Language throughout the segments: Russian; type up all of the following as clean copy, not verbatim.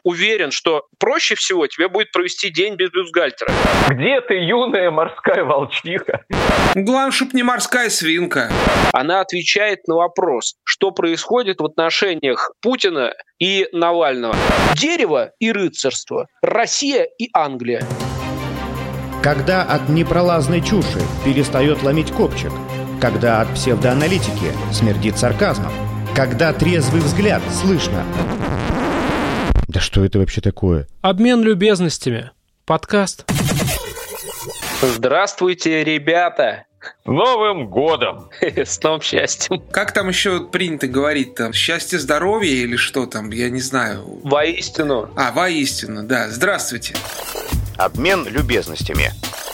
уверен, что проще всего тебе будет провести день без бюстгальтера. Где ты, юная морская волчиха? Главное, чтоб не морская свинка. Она отвечает на вопрос, что происходит в отношениях Путина и Навального. Дерево и рыцарство. Россия и Англия. Когда от непролазной чуши перестает ломить копчик. Когда от псевдоаналитики смердит сарказмом. Когда трезвый взгляд слышно. Да что это вообще такое? Обмен любезностями. Подкаст. Здравствуйте, ребята! С Новым годом! С новым счастьем. Как там еще принято говорить там? Счастье, здоровье или что там? Я не знаю. Воистину. Воистину, да. Здравствуйте. Обмен любезностями.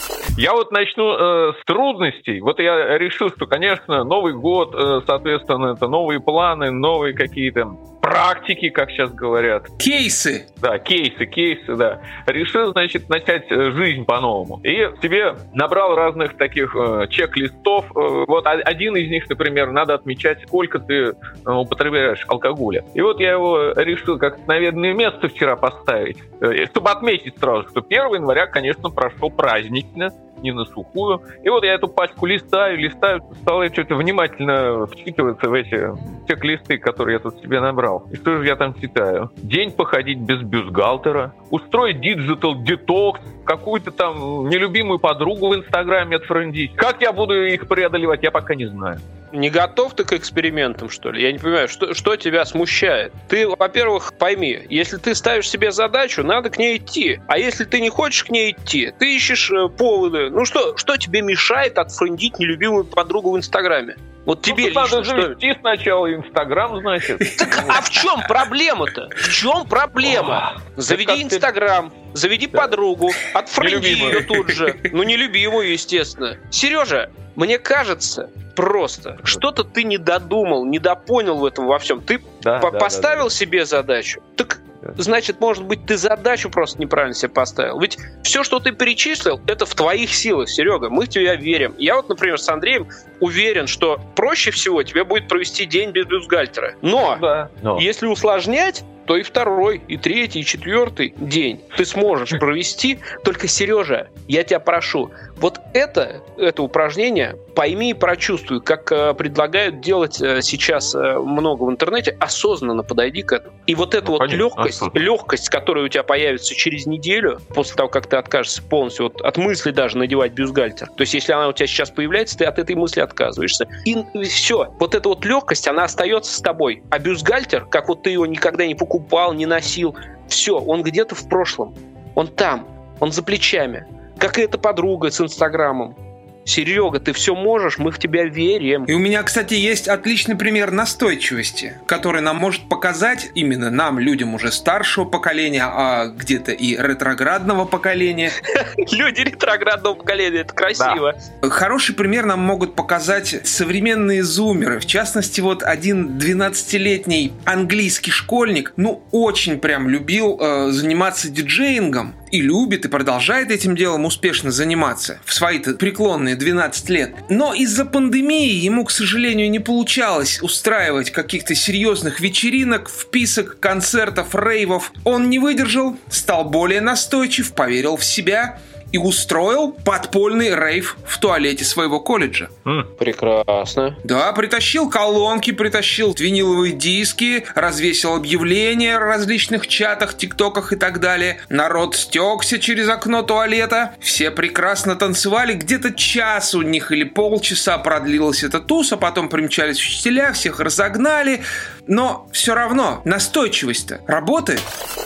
Я вот начну с трудностей. Вот я решил, что, конечно, Новый год, соответственно, это новые планы, новые какие-то практики, как сейчас говорят. Кейсы. Да, кейсы, да. Решил, значит, начать жизнь по-новому. И себе набрал разных таких чек-листов. Вот один из них, например, надо отмечать, сколько ты употребляешь алкоголя. И вот я его решил как на видное место вчера поставить, чтобы отметить сразу, что 1 января, конечно, прошел празднично, не на сухую. И вот я эту пачку листаю, стал я что-то внимательно вчитываться в эти чек-листы, которые я тут себе набрал. И что же я там читаю? День походить без бюстгальтера, устроить диджитал детокс, какую-то там нелюбимую подругу в Инстаграме отфрендить. Как я буду их преодолевать, я пока не знаю. Не готов ты к экспериментам, что ли? Я не понимаю, что тебя смущает? Ты, во-первых, пойми, если ты ставишь себе задачу, надо к ней идти. А если ты не хочешь к ней идти, ты ищешь поводы. Ну что тебе мешает отфрендить нелюбимую подругу в Инстаграме? Вот тебе лично надо что? завести сначала Инстаграм, значит. Так, а в чем проблема-то? В чем проблема? Заведи Инстаграм, заведи подругу, отфренди ее тут же. Ну, нелюбимую, естественно. Сережа, мне кажется, просто что-то ты не додумал, не допонял в этом во всем. Ты поставил себе задачу. Так, значит, может быть, ты задачу просто неправильно себе поставил. Ведь все, что ты перечислил, это в твоих силах, Серега. Мы в тебя верим. Я вот, например, с Андреем уверен, что проще всего тебе будет провести день без бюстгальтера. Но если усложнять, то и 2-й, и 3-й, и 4-й день ты сможешь провести. Только, Сережа, я тебя прошу, вот это упражнение пойми и прочувствуй, как предлагают делать сейчас много в интернете, осознанно подойди к этому. И вот эта легкость, которая у тебя появится через неделю, после того, как ты откажешься полностью от мысли даже надевать бюстгальтер. То есть, если она у тебя сейчас появляется, ты от этой мысли отказываешься. И все. Вот эта вот легкость, она остается с тобой. А бюстгальтер, как вот ты его никогда не покупал, не носил, все, он где-то в прошлом. Он там, он за плечами. Как и эта подруга с Инстаграмом. Серега, ты все можешь, мы в тебя верим. И у меня, кстати, есть отличный пример настойчивости, который нам может показать, именно нам, людям уже старшего поколения, а где-то и ретроградного поколения. Люди ретроградного поколения, это красиво. Хороший пример нам могут показать современные зумеры. В частности, вот один 12-летний английский школьник, очень прям любил заниматься диджеингом. И любит, и продолжает этим делом успешно заниматься в свои-то преклонные 12 лет. Но из-за пандемии ему, к сожалению, не получалось устраивать каких-то серьезных вечеринок, вписок, концертов, рейвов. Он не выдержал, стал более настойчив, поверил в себя и устроил подпольный рейв в туалете своего колледжа. Прекрасно. Да, притащил колонки, притащил виниловые диски, развесил объявления в различных чатах, тиктоках и так далее. Народ стекся через окно туалета. Все прекрасно танцевали. Где-то час у них или полчаса продлилась эта туса. Потом примчались учителя, всех разогнали. Но все равно настойчивость-то работает.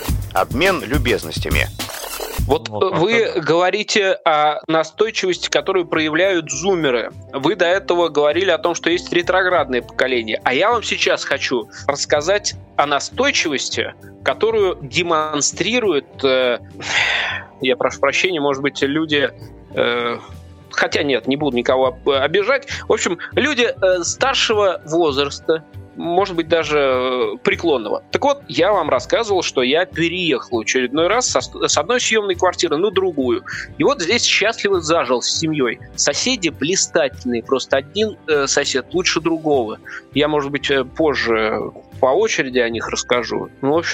Обмен любезностями. Вот вы говорите о настойчивости, которую проявляют зумеры. Вы до этого говорили о том, что есть ретроградное поколение. А я вам сейчас хочу рассказать о настойчивости, которую демонстрирует, я прошу прощения, может быть, люди... Хотя нет, не буду никого обижать. В общем, люди старшего возраста, может быть, даже преклонного. Так вот, я вам рассказывал, что я переехал в очередной раз с одной съемной квартиры на другую. И вот здесь счастливо зажил с семьей. Соседи блистательные, просто один сосед лучше другого. Я, может быть, позже по очереди о них расскажу. Ну, в общем,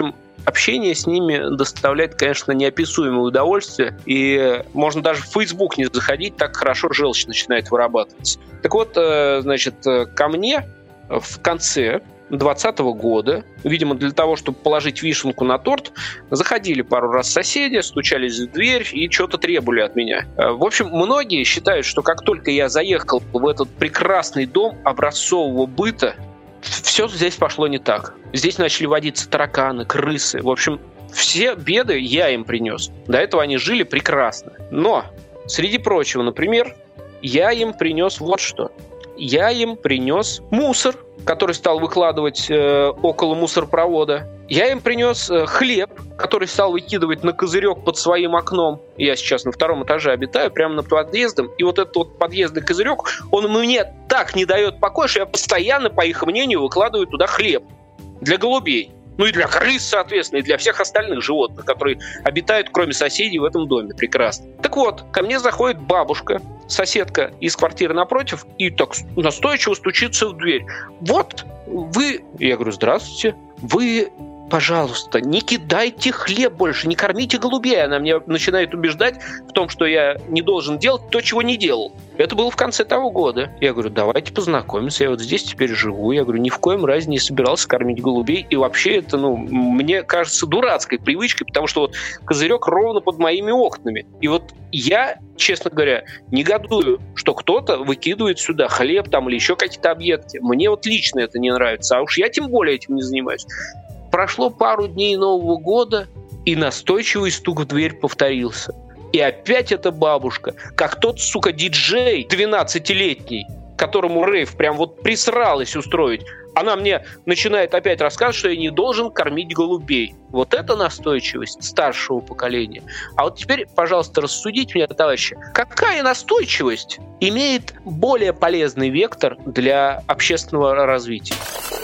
общение с ними доставляет, конечно, неописуемое удовольствие, и можно даже в Facebook не заходить, так хорошо желчь начинает вырабатываться. Так вот, значит, ко мне в конце 2020 года, видимо, для того, чтобы положить вишенку на торт, заходили пару раз соседи, стучались в дверь и что-то требовали от меня. В общем, многие считают, что как только я заехал в этот прекрасный дом образцового быта, все здесь пошло не так. Здесь начали водиться тараканы, крысы. В общем, все беды я им принес. До этого они жили прекрасно. Но, среди прочего, например, я им принес вот что. Я им принес мусор, который стал выкладывать около мусоропровода. Я им принес хлеб, который стал выкидывать на козырек под своим окном. Я сейчас на 2-м этаже обитаю, прямо над подъездом. И вот этот вот подъездный козырек, он мне так не дает покоя, что я постоянно, по их мнению, выкладываю туда хлеб для голубей. Ну и для крыс, соответственно, и для всех остальных животных, которые обитают, кроме соседей, в этом доме. Прекрасно. Так вот, ко мне заходит бабушка, соседка из квартиры напротив, и так настойчиво стучится в дверь. Вот, вы... Я говорю, здравствуйте. Вы, пожалуйста, не кидайте хлеб больше, не кормите голубей. Она меня начинает убеждать в том, что я не должен делать то, чего не делал. Это было в конце того года. Я говорю, давайте познакомимся, я вот здесь теперь живу. Я говорю, ни в коем разе не собирался кормить голубей. И вообще это, мне кажется, дурацкой привычкой, потому что вот козырек ровно под моими окнами. И вот я, честно говоря, негодую, что кто-то выкидывает сюда хлеб там или еще какие-то объедки. Мне вот лично это не нравится, а уж я тем более этим не занимаюсь. Прошло пару дней Нового года, и настойчивый стук в дверь повторился. И опять эта бабушка, как тот, сука, диджей 12-летний, которому рейв прям вот присралась устроить, она мне начинает опять рассказывать, что я не должен кормить голубей. Вот это настойчивость старшего поколения. А вот теперь, пожалуйста, рассудите меня, товарищи, какая настойчивость имеет более полезный вектор для общественного развития?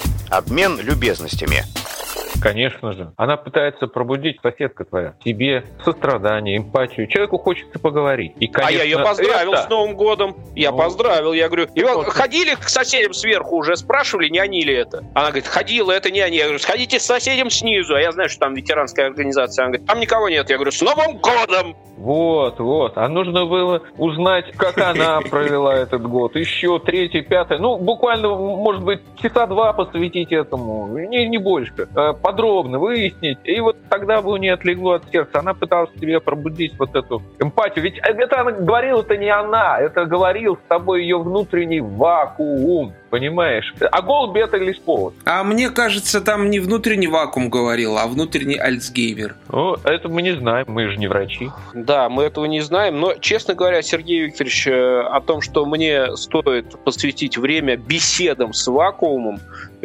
Обмен любезностями. Конечно же. Она пытается пробудить, соседка твоя, тебе сострадание, эмпатию. Человеку хочется поговорить. И, конечно, я ее поздравил с Новым годом. Я поздравил. Я говорю, ходили к соседям сверху уже, спрашивали, не они ли это? Она говорит, ходила, это не они. Я говорю, сходите с соседям снизу. А я знаю, что там ветеранская организация. Она говорит, там никого нет. Я говорю, с Новым годом! Вот. А нужно было узнать, как она провела этот год. Еще 3-й, 5-й. Буквально, может быть, часа 2 посвятить этому. Не больше. Подробно выяснить. И вот тогда бы у нее отлегло от сердца. Она пыталась в тебе пробудить вот эту эмпатию. Ведь это она говорила-то не она. Это говорил с тобой ее внутренний вакуум. Понимаешь? А голуби — это лишь повод. А мне кажется, там не внутренний вакуум говорил, а внутренний Альцгеймер. Это мы не знаем, мы же не врачи. Да, мы этого не знаем, но, честно говоря, Сергей Викторович, о том, что мне стоит посвятить время беседам с вакуумом,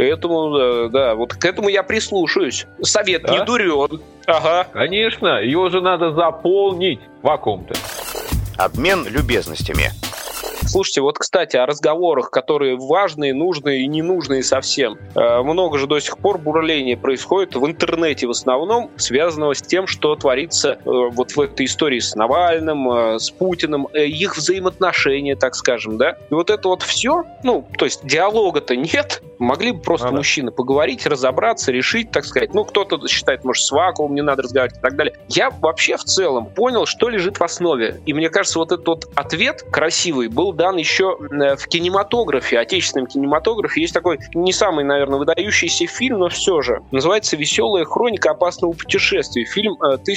этому, да, вот к этому я прислушаюсь. Совет не дурен. Ага. Конечно, его же надо заполнить, вакуум-то. Обмен любезностями. Слушайте, вот, кстати, о разговорах, которые важные, нужные и ненужные совсем. Много же до сих пор бурления происходит в интернете в основном, связанного с тем, что творится вот в этой истории с Навальным, с Путиным, их взаимоотношения, так скажем, да. И вот это вот все, то есть диалога-то нет, могли бы просто мужчины поговорить, разобраться, решить, так сказать. Кто-то считает, может, с вакуумом не надо разговаривать и так далее. Я вообще в целом понял, что лежит в основе. И мне кажется, вот этот вот ответ красивый был дан еще в кинематографе, отечественном кинематографе. Есть такой не самый, наверное, выдающийся фильм, но все же. Называется «Веселая хроника опасного путешествия». Фильм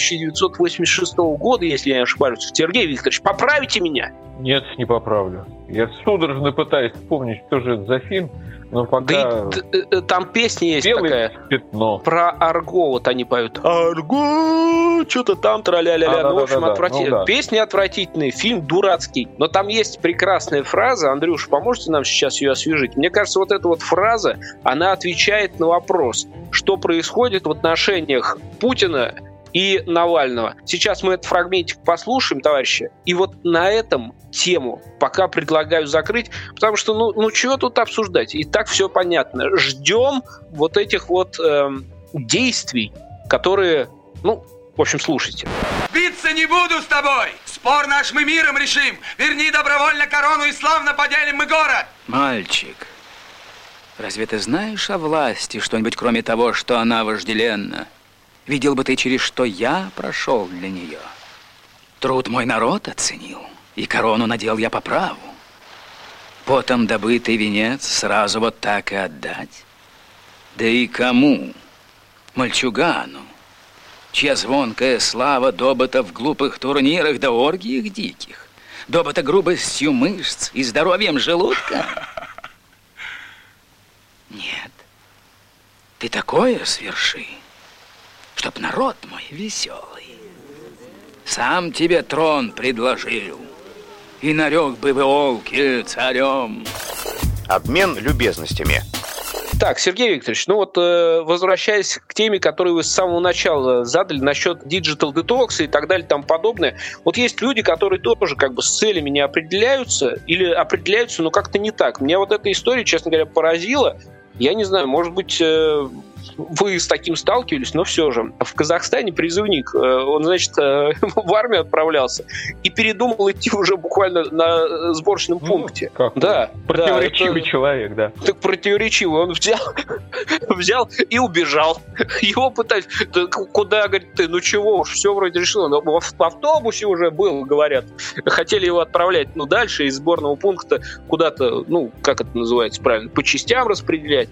1986 года, если я не ошибаюсь. Сергей Викторович, поправите меня? Нет, не поправлю. Я судорожно пытаюсь вспомнить, что же это за фильм, но пока... Да там песня есть такая. Пятно. Про Арго, вот они поют. Арго, что-то там, тра-ля-ля-ля. В общем, песня отвратительная, фильм дурацкий. Но там есть прекрасная фраза. Андрюш, поможете нам сейчас ее освежить? Мне кажется, вот эта вот фраза, она отвечает на вопрос, что происходит в отношениях Путина и Навального. Сейчас мы этот фрагментик послушаем, товарищи, и вот на этом тему пока предлагаю закрыть, потому что, чего тут обсуждать? И так все понятно. Ждем вот этих вот действий, которые, в общем, слушайте. Биться не буду с тобой! Спор наш мы миром решим! Верни добровольно корону и славно поделим мы город! Мальчик, разве ты знаешь о власти что-нибудь, кроме того, что она вожделенна? Видел бы ты, через что я прошел для нее. Труд мой народ оценил, и корону надел я по праву. Потом добытый венец сразу вот так и отдать. Да и кому? Мальчугану, чья звонкая слава добыта в глупых турнирах да оргиях диких, добыта грубостью мышц и здоровьем желудка? Нет, ты такое сверши, чтоб народ мой веселый сам тебе трон предложил и нарек бы в Иолке царем. Обмен любезностями. Так, Сергей Викторович, ну вот возвращаясь к теме, которую вы с самого начала задали насчет Digital Detox и так далее, там подобное. Вот есть люди, которые тоже как бы с целями не определяются или определяются, но как-то не так. Меня вот эта история, честно говоря, поразила. Я не знаю, может быть, вы с таким сталкивались, но все же. В Казахстане призывник, он, значит, в армию отправлялся и передумал идти уже буквально на сборочном пункте. Как? Да. Противоречивый человек, да. Так противоречивый. Он взял и убежал. Его пытались... Куда, говорит, ты, ну чего уж, все вроде решило. Но в автобусе уже был, говорят. Хотели его отправлять, ну, дальше из сборного пункта куда-то, ну, как это называется правильно, по частям распределять.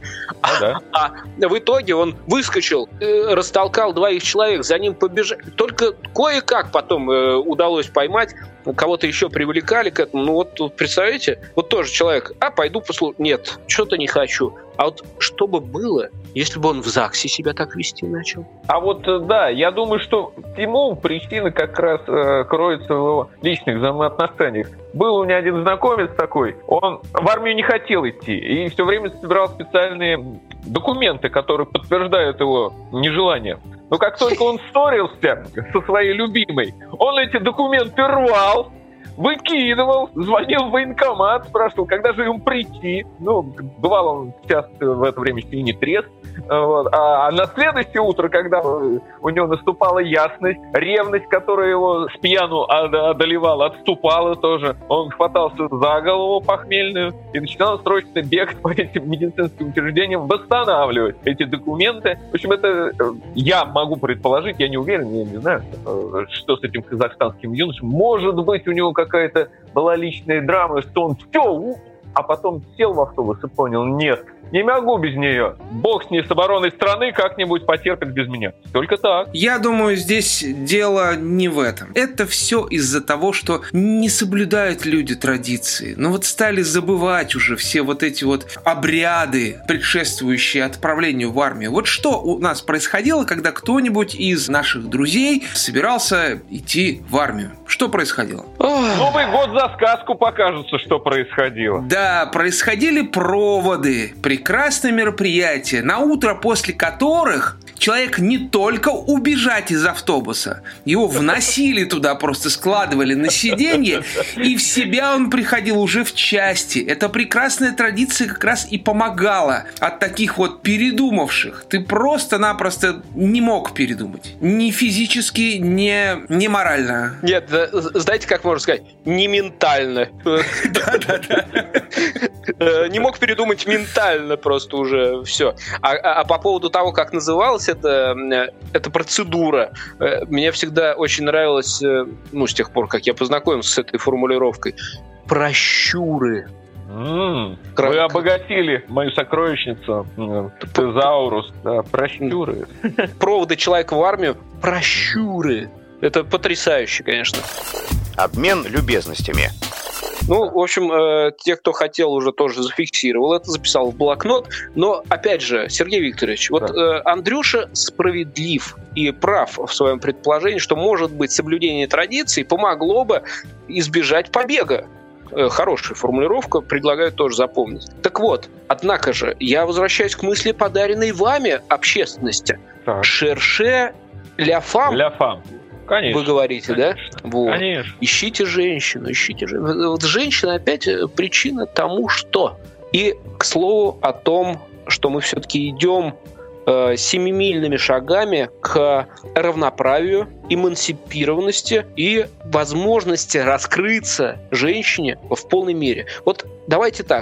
А в итоге он выскочил, растолкал двоих человек, за ним побежал. Только кое-как потом удалось поймать. Кого-то еще привлекали к этому. Ну вот, представляете, вот тоже человек, пойду послушаю. Нет, что-то не хочу. А вот что бы было, если бы он в ЗАГСе себя так вести начал? А вот, да, я думаю, что всему причина как раз кроется в его личных взаимоотношениях. Был у меня один знакомец такой, он в армию не хотел идти и все время собирал специальные документы, которые подтверждают его нежелание. Но как только он ссорился со своей любимой, он эти документы рвал, выкидывал, звонил в военкомат, спрашивал, когда же ему прийти. Ну, бывало, он часто в это время еще и не трезв. Вот. А на следующее утро, когда у него наступала ясность, ревность, которая его с пьяну одолевала, отступала тоже, он хватался за голову похмельную и начинал срочно бегать по этим медицинским учреждениям, восстанавливать эти документы. В общем, это я могу предположить, я не уверен, я не знаю, что с этим казахстанским юношем. Может быть, у него какая-то была личная драма, что он все, а потом сел в автобус и понял, нет, не могу без нее. Бог с ней, с обороной страны, как-нибудь потерпит без меня. Только так. Я думаю, здесь дело не в этом. Это все из-за того, что не соблюдают люди традиции. Ну вот стали забывать уже все вот эти вот обряды, предшествующие отправлению в армию. Вот что у нас происходило, когда кто-нибудь из наших друзей собирался идти в армию? Что происходило? Новый год за сказку покажется, что происходило. Да, происходили проводы, прекрасные мероприятия, на утро после которых человек не только убежать из автобуса, его вносили туда, просто складывали на сиденье, и в себя он приходил уже в части. Эта прекрасная традиция как раз и помогала от таких вот передумавших. Ты просто-напросто не мог передумать. Ни физически, ни морально. Нет, знаете, как можно сказать? Не ментально. Не мог передумать ментально просто уже все. А по поводу того, как называлась эта процедура, мне всегда очень нравилось, ну, с тех пор, как я познакомился с этой формулировкой, прощуры. Вы обогатили мою сокровищницу, тезаурус, да, прощуры. Проводы человека в армию, прощуры. Это потрясающе, конечно. Обмен любезностями. Ну, в общем, те, кто хотел, уже тоже зафиксировал это, записал в блокнот. Но, опять же, Сергей Викторович, вот Андрюша справедлив и прав в своем предположении, что, может быть, соблюдение традиций помогло бы избежать побега. Хорошая формулировка, предлагаю тоже запомнить. Так вот, однако же, я возвращаюсь к мысли, подаренной вами общественности. Так. Шерше ля фам. Ля фам. Конечно. Вы говорите, конечно, да? Вот. Конечно. Ищите женщину, ищите женщину. Вот женщина опять причина тому, что. И, к слову, о том, что мы все-таки идем семимильными шагами к равноправию, эмансипированности и возможности раскрыться женщине в полной мере. Вот давайте так.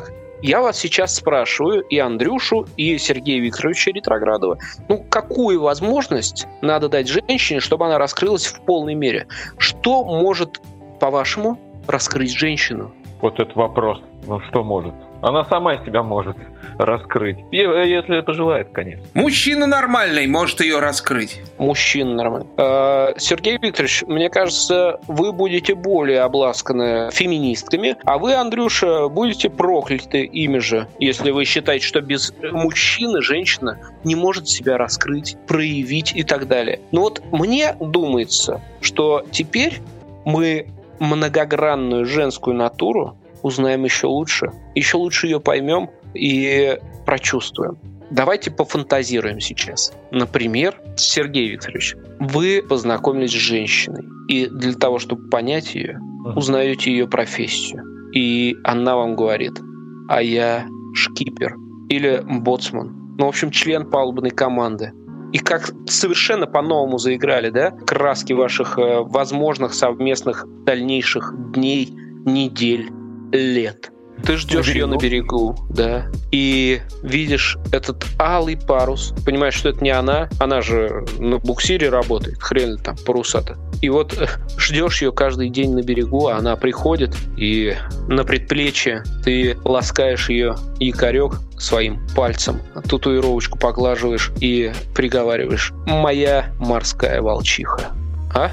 я вас сейчас спрашиваю, и Андрюшу, и Сергея Викторовича Ретроградова, какую возможность надо дать женщине, чтобы она раскрылась в полной мере? Что может, по-вашему, раскрыть женщину? Вот этот вопрос. Что может? Она сама себя может раскрыть. Если пожелает, конечно. Мужчина нормальный может ее раскрыть. Мужчина нормальный. Сергей Викторович, мне кажется, вы будете более обласканы феминистками, а вы, Андрюша, будете прокляты ими же, если вы считаете, что без мужчины женщина не может себя раскрыть, проявить и так далее. Но вот мне думается, что теперь мы многогранную женскую натуру узнаем еще лучше ее поймем и прочувствуем. Давайте пофантазируем сейчас. Например, Сергей Викторович, вы познакомились с женщиной, и для того, чтобы понять ее, узнаете ее профессию. И она вам говорит: а я шкипер или боцман. В общем, член палубной команды. И как совершенно по-новому заиграли, да, краски ваших возможных совместных дальнейших дней, недель, лет. Ты ждешь ее на берегу, да, и видишь этот алый парус, понимаешь, что это не она же на буксире работает, хрен ли там паруса-то. И вот ждешь ее каждый день на берегу, а она приходит, и на предплечье ты ласкаешь ее якорек своим пальцем, татуировочку поглаживаешь и приговариваешь: «Моя морская волчиха». А?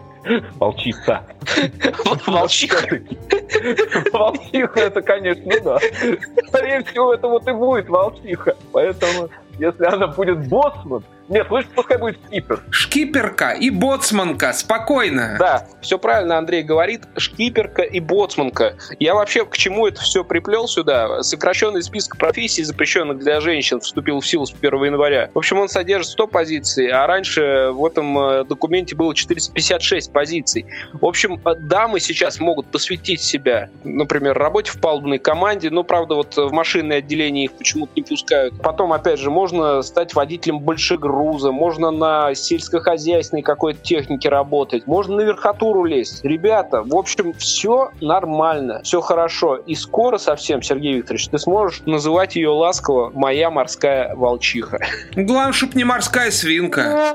Волчица. Волчиха. Волчиха, это, конечно, да. Скорее всего, это вот и будет волчиха. Поэтому, если она будет боцман... Нет, лучше пускай будет шкипер. Шкиперка и боцманка, спокойно. Да, все правильно Андрей говорит, шкиперка и боцманка. Я вообще к чему это все приплел сюда? Сокращенный список профессий, запрещенных для женщин, вступил в силу с 1 января. В общем, он содержит 100 позиций, а раньше в этом документе было 456 позиций. В общем, дамы сейчас могут посвятить себя, например, работе в палубной команде, но, правда, вот в машинное отделение их почему-то не пускают. Потом, опять же, можно стать водителем большегруза, можно на сельскохозяйственной какой-то технике работать, можно на верхотуру лезть. Ребята, в общем, все нормально, все хорошо. И скоро совсем, Сергей Викторович, ты сможешь называть ее ласково «моя морская волчиха». Главное, чтоб не морская свинка.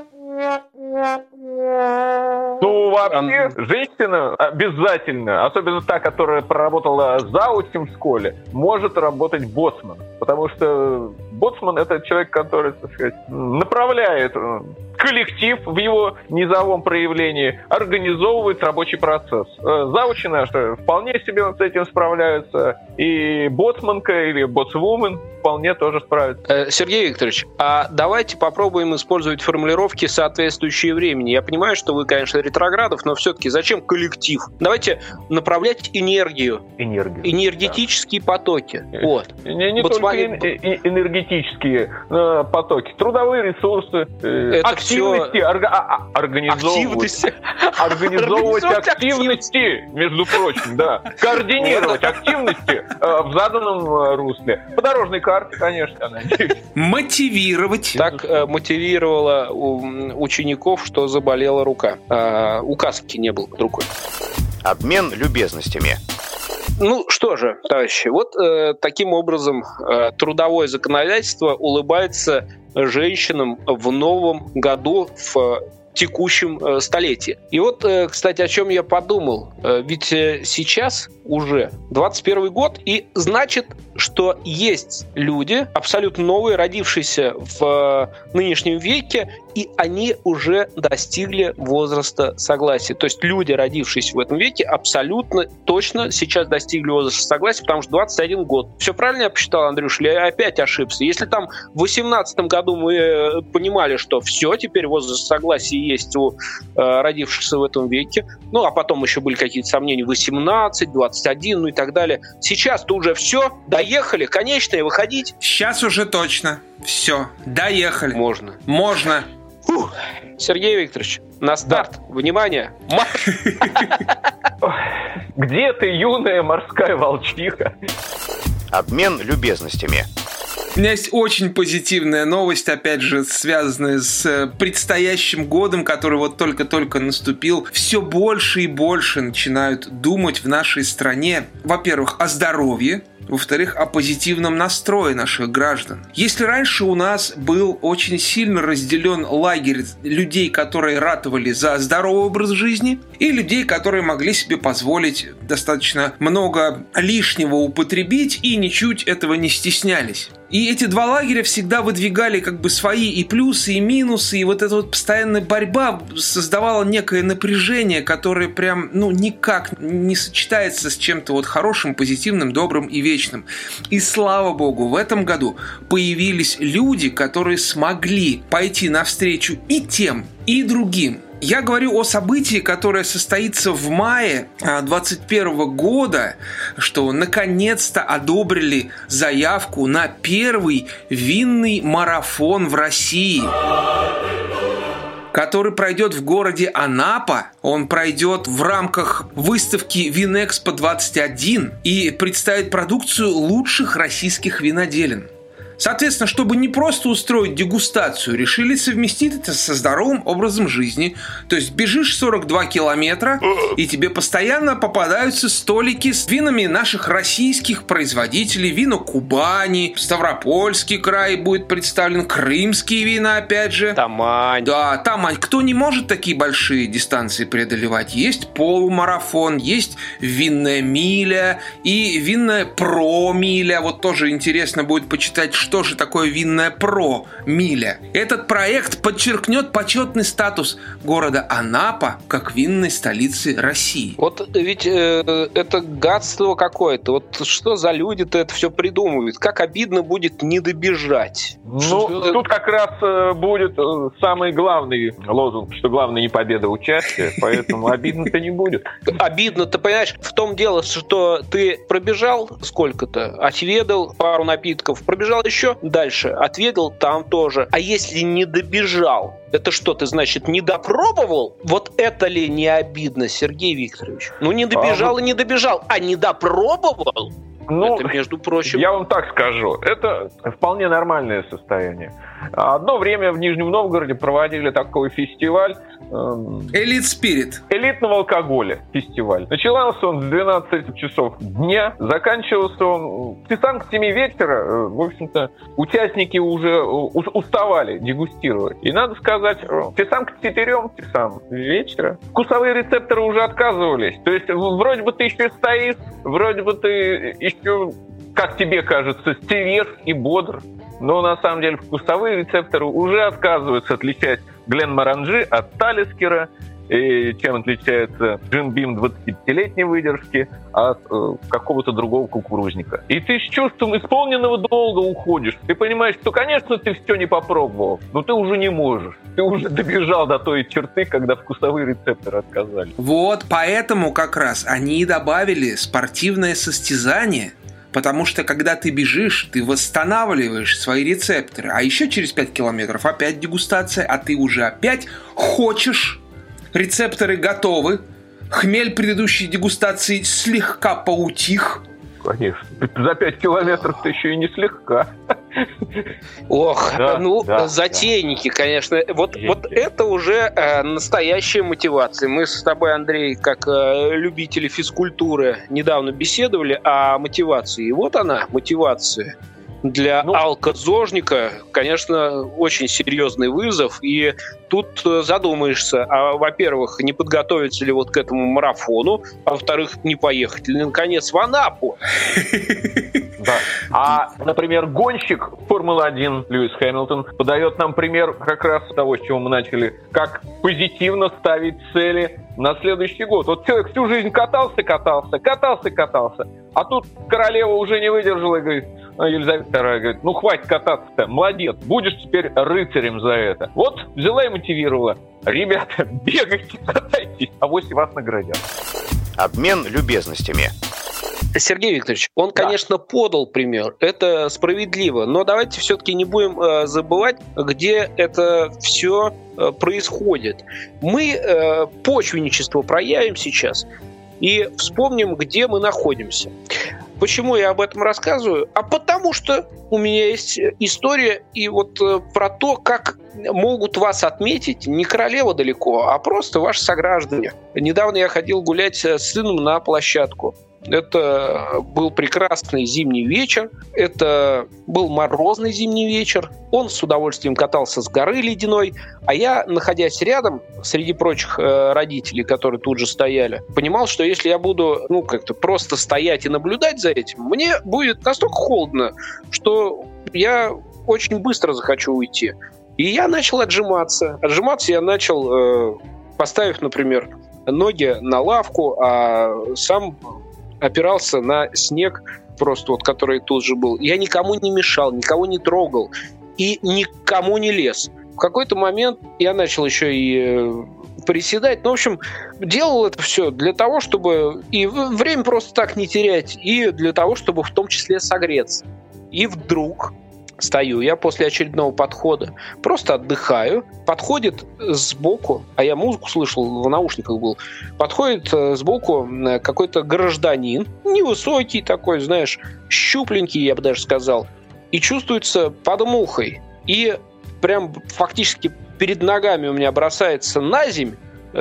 Вообще, женщина обязательно, особенно та, которая проработала заучем в школе, может работать боцманом. Потому что боцман — это человек, который, так сказать, направляет коллектив в его низовом проявлении, организовывает рабочий процесс. Заучены, что вполне себе с этим справляются. И боцманка или боцвумен вполне тоже справится. Сергей Викторович, а давайте попробуем использовать формулировки, соответствующие времени. Я понимаю, что вы, конечно, Ретроградов, но все-таки зачем коллектив? Давайте направлять энергию. Энергетические потоки. Вот. Не только энергетические потоки. Трудовые ресурсы, активности, организовывать активности, между прочим, да. Координировать активности в заданном русле. По дорожной карте, конечно. Мотивировать. Так мотивировала учеников, что заболела рука. Указки не было под рукой. Обмен любезностями. Ну что же, товарищи, вот таким образом трудовое законодательство улыбается женщинам в новом году, в текущем столетии. И вот, кстати, о чем я подумал. Ведь сейчас уже 21 год, и значит, что есть люди, абсолютно новые, родившиеся в нынешнем веке, и они уже достигли возраста согласия. То есть люди, родившиеся в этом веке, абсолютно точно сейчас достигли возраста согласия, потому что 21 год. Все правильно я посчитал, Андрюш, или я опять ошибся? Если там в 18 году мы понимали, что все, теперь возраст согласия есть у родившихся в этом веке, ну, а потом еще были какие-то сомнения, 18, 21, ну и так далее. Сейчас-то уже все, доехали, конечное, выходить. Сейчас уже точно. Все, доехали. Можно. Фух. Сергей Викторович, на старт. Да. Внимание, марш! Где ты, юная морская волчиха? Обмен любезностями. У меня есть очень позитивная новость, опять же, связанная с предстоящим годом, который вот только-только наступил. Все больше и больше начинают думать в нашей стране, во-первых, о здоровье, во-вторых, о позитивном настрое наших граждан. Если раньше у нас был очень сильно разделен лагерь людей, которые ратовали за здоровый образ жизни, и людей, которые могли себе позволить достаточно много лишнего употребить и ничуть этого не стеснялись. И эти два лагеря всегда выдвигали как бы свои и плюсы, и минусы, и вот эта вот постоянная борьба создавала некое напряжение, которое прям, никак не сочетается с чем-то вот хорошим, позитивным, добрым и вечным. И слава богу, в этом году появились люди, которые смогли пойти навстречу и тем, и другим. Я говорю о событии, которое состоится в мае 2021 года, что наконец-то одобрили заявку на первый винный марафон в России, который пройдет в городе Анапа. Он пройдет в рамках выставки Винэкспо-21 и представит продукцию лучших российских виноделин. Соответственно, чтобы не просто устроить дегустацию, решили совместить это со здоровым образом жизни. То есть бежишь 42 километра, и тебе постоянно попадаются столики с винами наших российских производителей. Вина Кубани, Ставропольский край будет представлен, крымские вина, опять же. Тамань. Да, Тамань. Кто не может такие большие дистанции преодолевать? Есть полумарафон, есть винная миля и винная про-миля. Вот тоже интересно будет почитать, что же такое винная про-миля. Этот проект подчеркнет почетный статус города Анапа как винной столицы России. Вот ведь это гадство какое-то. Вот что за люди-то это все придумывают? Как обидно будет не добежать. Тут как раз будет самый главный лозунг, что главное не победа, а участие, поэтому обидно-то не будет. Обидно-то, понимаешь, в том дело, что ты пробежал сколько-то, отведал пару напитков, пробежал еще дальше, отведал там тоже. А если не добежал, это что, ты, значит, не допробовал? Вот это ли не обидно, Сергей Викторович? Не добежал и не добежал, а не допробовал? Это, между прочим... Я вам так скажу, это вполне нормальное состояние. Одно время в Нижнем Новгороде проводили такой фестиваль. Элит Спирит. Элитного алкоголя фестиваль. Начинался он с 12 часов дня, заканчивался он в часам к 7 вечера. В общем-то, участники уже уставали дегустировать. И надо сказать, часам к 4 часам вечера вкусовые рецепторы уже отказывались. То есть, вроде бы ты еще стоишь, вроде бы ты еще, как тебе кажется, свеж и бодр. Но на самом деле вкусовые рецепторы уже отказываются отличать Гленморанжи от Талискера, и чем отличается Джим Бим 25-летней выдержки от какого-то другого кукурузника. И ты с чувством исполненного долга уходишь. Ты понимаешь, что, конечно, ты все не попробовал, но ты уже не можешь. Ты уже добежал до той черты, когда вкусовые рецепторы отказали. Вот поэтому как раз они и добавили спортивное состязание. Потому что, когда ты бежишь, ты восстанавливаешь свои рецепторы. А еще через 5 километров опять дегустация, а ты уже опять хочешь. Рецепторы готовы. Хмель предыдущей дегустации слегка поутих. Конечно. За 5 километров-то еще и не слегка. Ох, затейники, конечно. Вот это уже настоящая мотивация. Мы с тобой, Андрей, как любители физкультуры, недавно беседовали о мотивации. И вот она, мотивация. Для алкозожника, конечно, очень серьезный вызов. И тут задумаешься, во-первых, не подготовиться ли вот к этому марафону, а во-вторых, не поехать ли, наконец, в Анапу. Да. А, например, гонщик Формулы-1 Льюис Хэмилтон подает нам пример как раз того, с чего мы начали, как позитивно ставить цели на следующий год. Вот человек всю жизнь катался, а тут королева уже не выдержала и говорит, Елизавета II говорит, хватит кататься-то, молодец, будешь теперь рыцарем за это. Вот взяла и мотивировала. Ребята, бегайте, катайтесь, авось вас наградят. Обмен любезностями. Сергей Викторович, он, конечно, подал пример, это справедливо, но давайте все-таки не будем забывать, где это все происходит. Мы почвенничество проявим сейчас и вспомним, где мы находимся. Почему я об этом рассказываю? А потому что у меня есть история и вот про то, как могут вас отметить не королева далеко, а просто ваши сограждане. Недавно я ходил гулять с сыном на площадку. Это был прекрасный зимний вечер, это был морозный зимний вечер. Он с удовольствием катался с горы ледяной, а я, находясь рядом, среди прочих родителей, которые тут же стояли, понимал, что если я буду как-то просто стоять и наблюдать за этим, мне будет настолько холодно, что я очень быстро захочу уйти. И я начал отжиматься. Отжиматься я начал, поставив, например, ноги на лавку, а сам опирался на снег, просто который тут же был. Я никому не мешал, никого не трогал и никому не лез. В какой-то момент я начал еще и приседать. В общем, делал это все для того, чтобы и время просто так не терять, и для того, чтобы в том числе согреться. И вдруг стою я после очередного подхода, просто отдыхаю, подходит сбоку, а я музыку слышал, в наушниках был, подходит сбоку какой-то гражданин, невысокий такой, знаешь, щупленький, я бы даже сказал, и чувствуется под мухой. И прям фактически перед ногами у меня бросается на земь,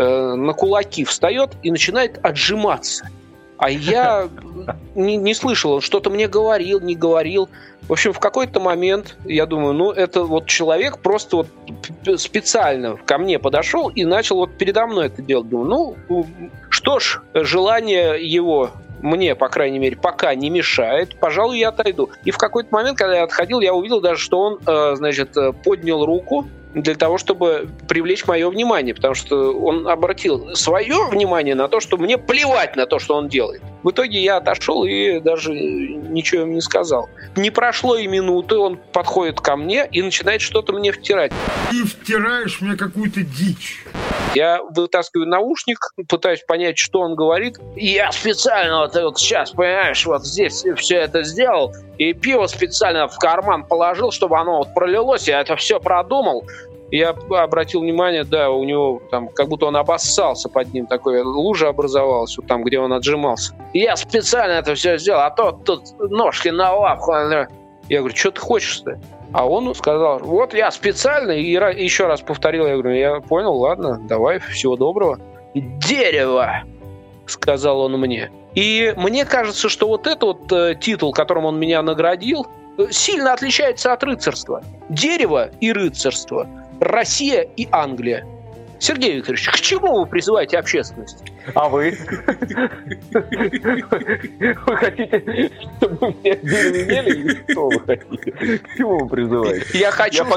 на кулаки встает и начинает отжиматься. А я не слышал, он что-то мне говорил, не говорил. В общем, в какой-то момент я думаю, это человек просто специально ко мне подошел и начал передо мной это делать. Думаю, что ж, желание его мне, по крайней мере, пока не мешает, пожалуй, я отойду. И в какой-то момент, когда я отходил, я увидел даже, что он, поднял руку для того, чтобы привлечь мое внимание, потому что он обратил свое внимание на то, что мне плевать на то, что он делает. В итоге я отошел и даже ничего ему не сказал. Не прошло и минуты, он подходит ко мне и начинает что-то мне втирать. Ты втираешь мне какую-то дичь. Я вытаскиваю наушник, пытаюсь понять, что он говорит. И я специально сейчас, понимаешь, здесь все это сделал. И пиво специально в карман положил, чтобы оно пролилось. Я это все продумал. Я обратил внимание, да, у него там как будто он обоссался под ним, такая лужа образовалась, там, где он отжимался. И я специально это все сделал, а то тут ножки на лапку. Я говорю, что ты хочешь-то? А он сказал, я специально, и еще раз повторил, я говорю, я понял, ладно, давай, всего доброго. «Дерево», сказал он мне. И мне кажется, что этот титул, которым он меня наградил, сильно отличается от рыцарства. Дерево и рыцарство. Россия и Англия. Сергей Викторович, к чему вы призываете общественность? А вы? Вы хотите, чтобы мы все деревенели? Или что вы хотите? К чему вы призываете? Я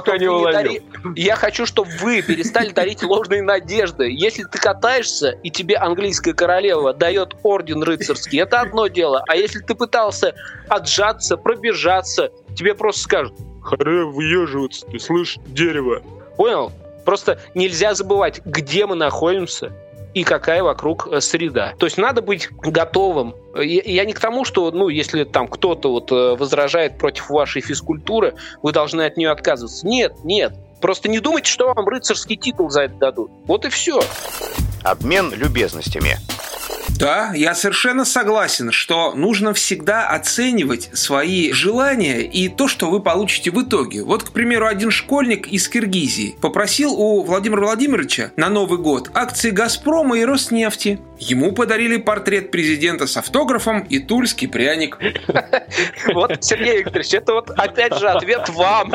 хочу, чтобы вы перестали дарить ложные надежды. Если ты катаешься, и тебе английская королева дает орден рыцарский, это одно дело. А если ты пытался отжаться, пробежаться, тебе просто скажут: «Харе выеживаться, ты слышишь, дерево». Понял? Просто нельзя забывать, где мы находимся и какая вокруг среда. То есть надо быть готовым. Я не к тому, что, если там кто-то возражает против вашей физкультуры, вы должны от нее отказываться. Нет. Просто не думайте, что вам рыцарский титул за это дадут. Вот и все. Обмен любезностями. Да, я совершенно согласен, что нужно всегда оценивать свои желания и то, что вы получите в итоге. Вот, к примеру, один школьник из Киргизии попросил у Владимира Владимировича на Новый год акции «Газпрома» и «Роснефти». Ему подарили портрет президента с автографом и тульский пряник. Вот, Сергей Викторович, это опять же ответ вам.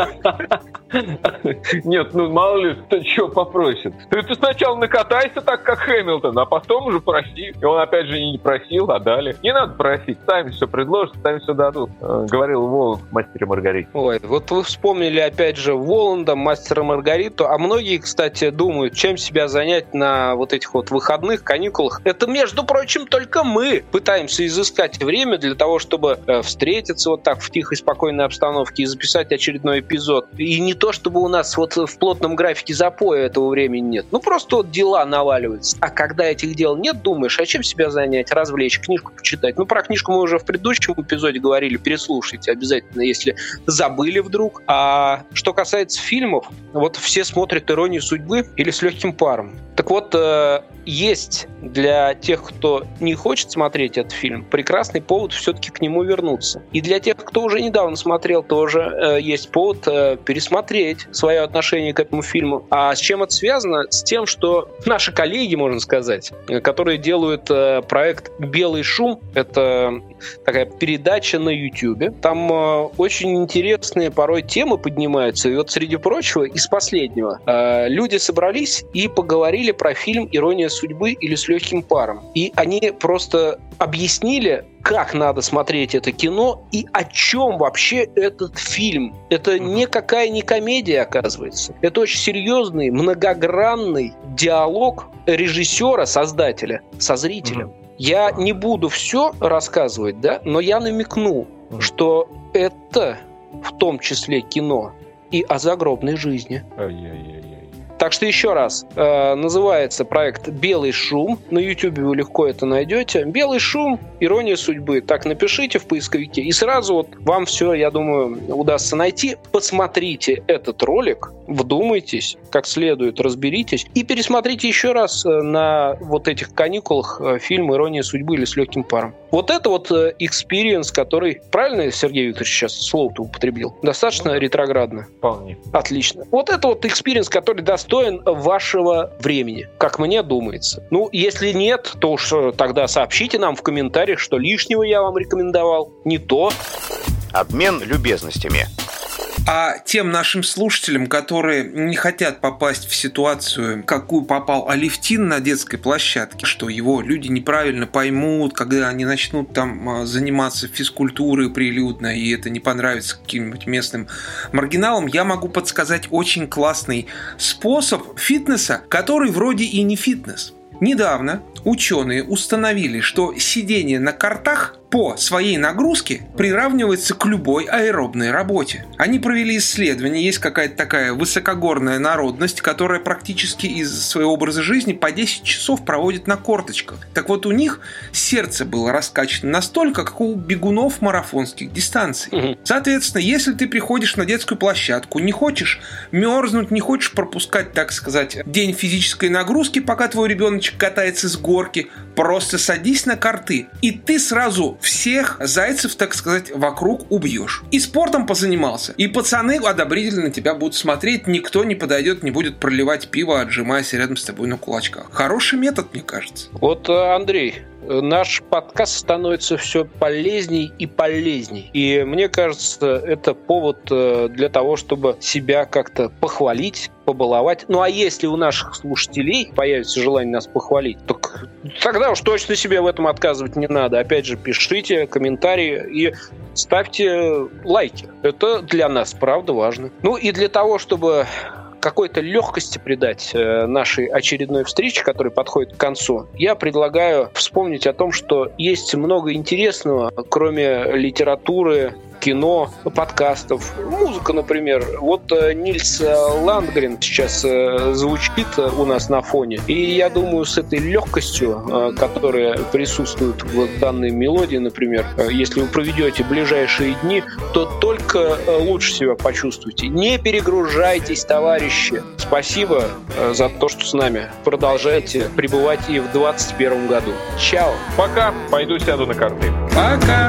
Нет, мало ли, кто чего попросит. Ты сначала накатайся так, как Хэмилтон, а потом уже проси. И он опять же не просил, а дали. Не надо просить, сами все предложат, сами все дадут. Говорил Воланд в «Мастере и Маргарите». Ой, вы вспомнили опять же Воланда, «Мастера и Маргариту», а многие, кстати, думают, чем себя занять на этих выходных, каникулах. Это, между прочим, только мы пытаемся изыскать время для того, чтобы встретиться так в тихой, спокойной обстановке и записать очередной эпизод. И не то, чтобы у нас в плотном графике запоя этого времени нет. Просто дела наваливаются. А когда этих дел нет, думаешь, а чем себя занять, развлечь, книжку почитать? Про книжку мы уже в предыдущем эпизоде говорили, переслушайте обязательно, если забыли вдруг. А что касается фильмов, все смотрят «Иронию судьбы» или «С легким паром». Так вот, есть для тех, кто не хочет смотреть этот фильм, прекрасный повод все-таки к нему вернуться. И для тех, кто уже недавно смотрел, тоже есть повод пересмотреть свое отношение к этому фильму. А с чем это связано? С тем, что наши коллеги, можно сказать, которые делают проект «Белый шум», это такая передача на YouTube. Там очень интересные порой темы поднимаются. И вот, среди прочего, из последнего люди собрались и поговорили про фильм «Ирония судьбы» или «С легким паром». И они просто объяснили, как надо смотреть это кино и о чем вообще этот фильм. Это никакая не комедия, оказывается. Это очень серьезный, многогранный диалог режиссера, создателя со зрителем. Я не буду все рассказывать, да, но я намекну, что это в том числе кино и о загробной жизни. Так что еще раз, называется проект «Белый шум». На YouTube вы легко это найдете. «Белый шум. Ирония судьбы». Так напишите в поисковике, и сразу вот вам все, я думаю, удастся найти. Посмотрите этот ролик, вдумайтесь, как следует, разберитесь, и пересмотрите еще раз на вот этих каникулах фильм «Ирония судьбы» или «С легким паром». Вот это вот экспириенс, который, правильно Сергей Викторович сейчас слово-то употребил? Достаточно ретроградно? Вполне. Отлично. Вот это вот экспириенс, который достоин вашего времени, как мне думается. Ну, если нет, то уж тогда сообщите нам в комментариях, что лишнего я вам рекомендовал. Не то. Обмен любезностями. А тем нашим слушателям, которые не хотят попасть в ситуацию, какую попал Алевтин на детской площадке, что его люди неправильно поймут, когда они начнут там заниматься физкультурой прилюдно, и это не понравится каким-нибудь местным маргиналам, я могу подсказать очень классный способ фитнеса, который вроде и не фитнес. Недавно ученые установили, что сидение на картах по своей нагрузке приравнивается к любой аэробной работе. Они провели исследование, есть какая-то такая высокогорная народность, которая практически из своего образа жизни по 10 часов проводит на корточках. Так вот, у них сердце было раскачано настолько, как у бегунов марафонских дистанций. Соответственно, если ты приходишь на детскую площадку, не хочешь мерзнуть, не хочешь пропускать, так сказать, день физической нагрузки, пока твой ребеночек катается с горки, просто садись на карты, и ты сразу всех зайцев, так сказать, вокруг убьешь. И спортом позанимался, и пацаны одобрительно на тебя будут смотреть, никто не подойдет, не будет проливать пиво, отжимаясь рядом с тобой на кулачках. Хороший метод, мне кажется. Вот, Андрей, наш подкаст становится все полезней и полезней. И мне кажется, это повод для того, чтобы себя как-то похвалить, побаловать. Ну а если у наших слушателей появится желание нас похвалить, так тогда уж точно себе в этом отказывать не надо. Опять же, пишите комментарии и ставьте лайки. Это для нас, правда, важно. Ну и для того, чтобы какой-то легкости придать нашей очередной встрече, которая подходит к концу, я предлагаю вспомнить о том, что есть много интересного, кроме литературы, кино, подкастов, музыка, например. Вот Нильс Ландгрен сейчас звучит у нас на фоне. И я думаю, с этой легкостью, которая присутствует в данной мелодии, например, если вы проведете ближайшие дни, то только лучше себя почувствуете. Не перегружайтесь, товарищи. Спасибо за то, что с нами. Продолжайте пребывать и в 2021 году. Чао. Пока. Пойду сяду на карты. Пока.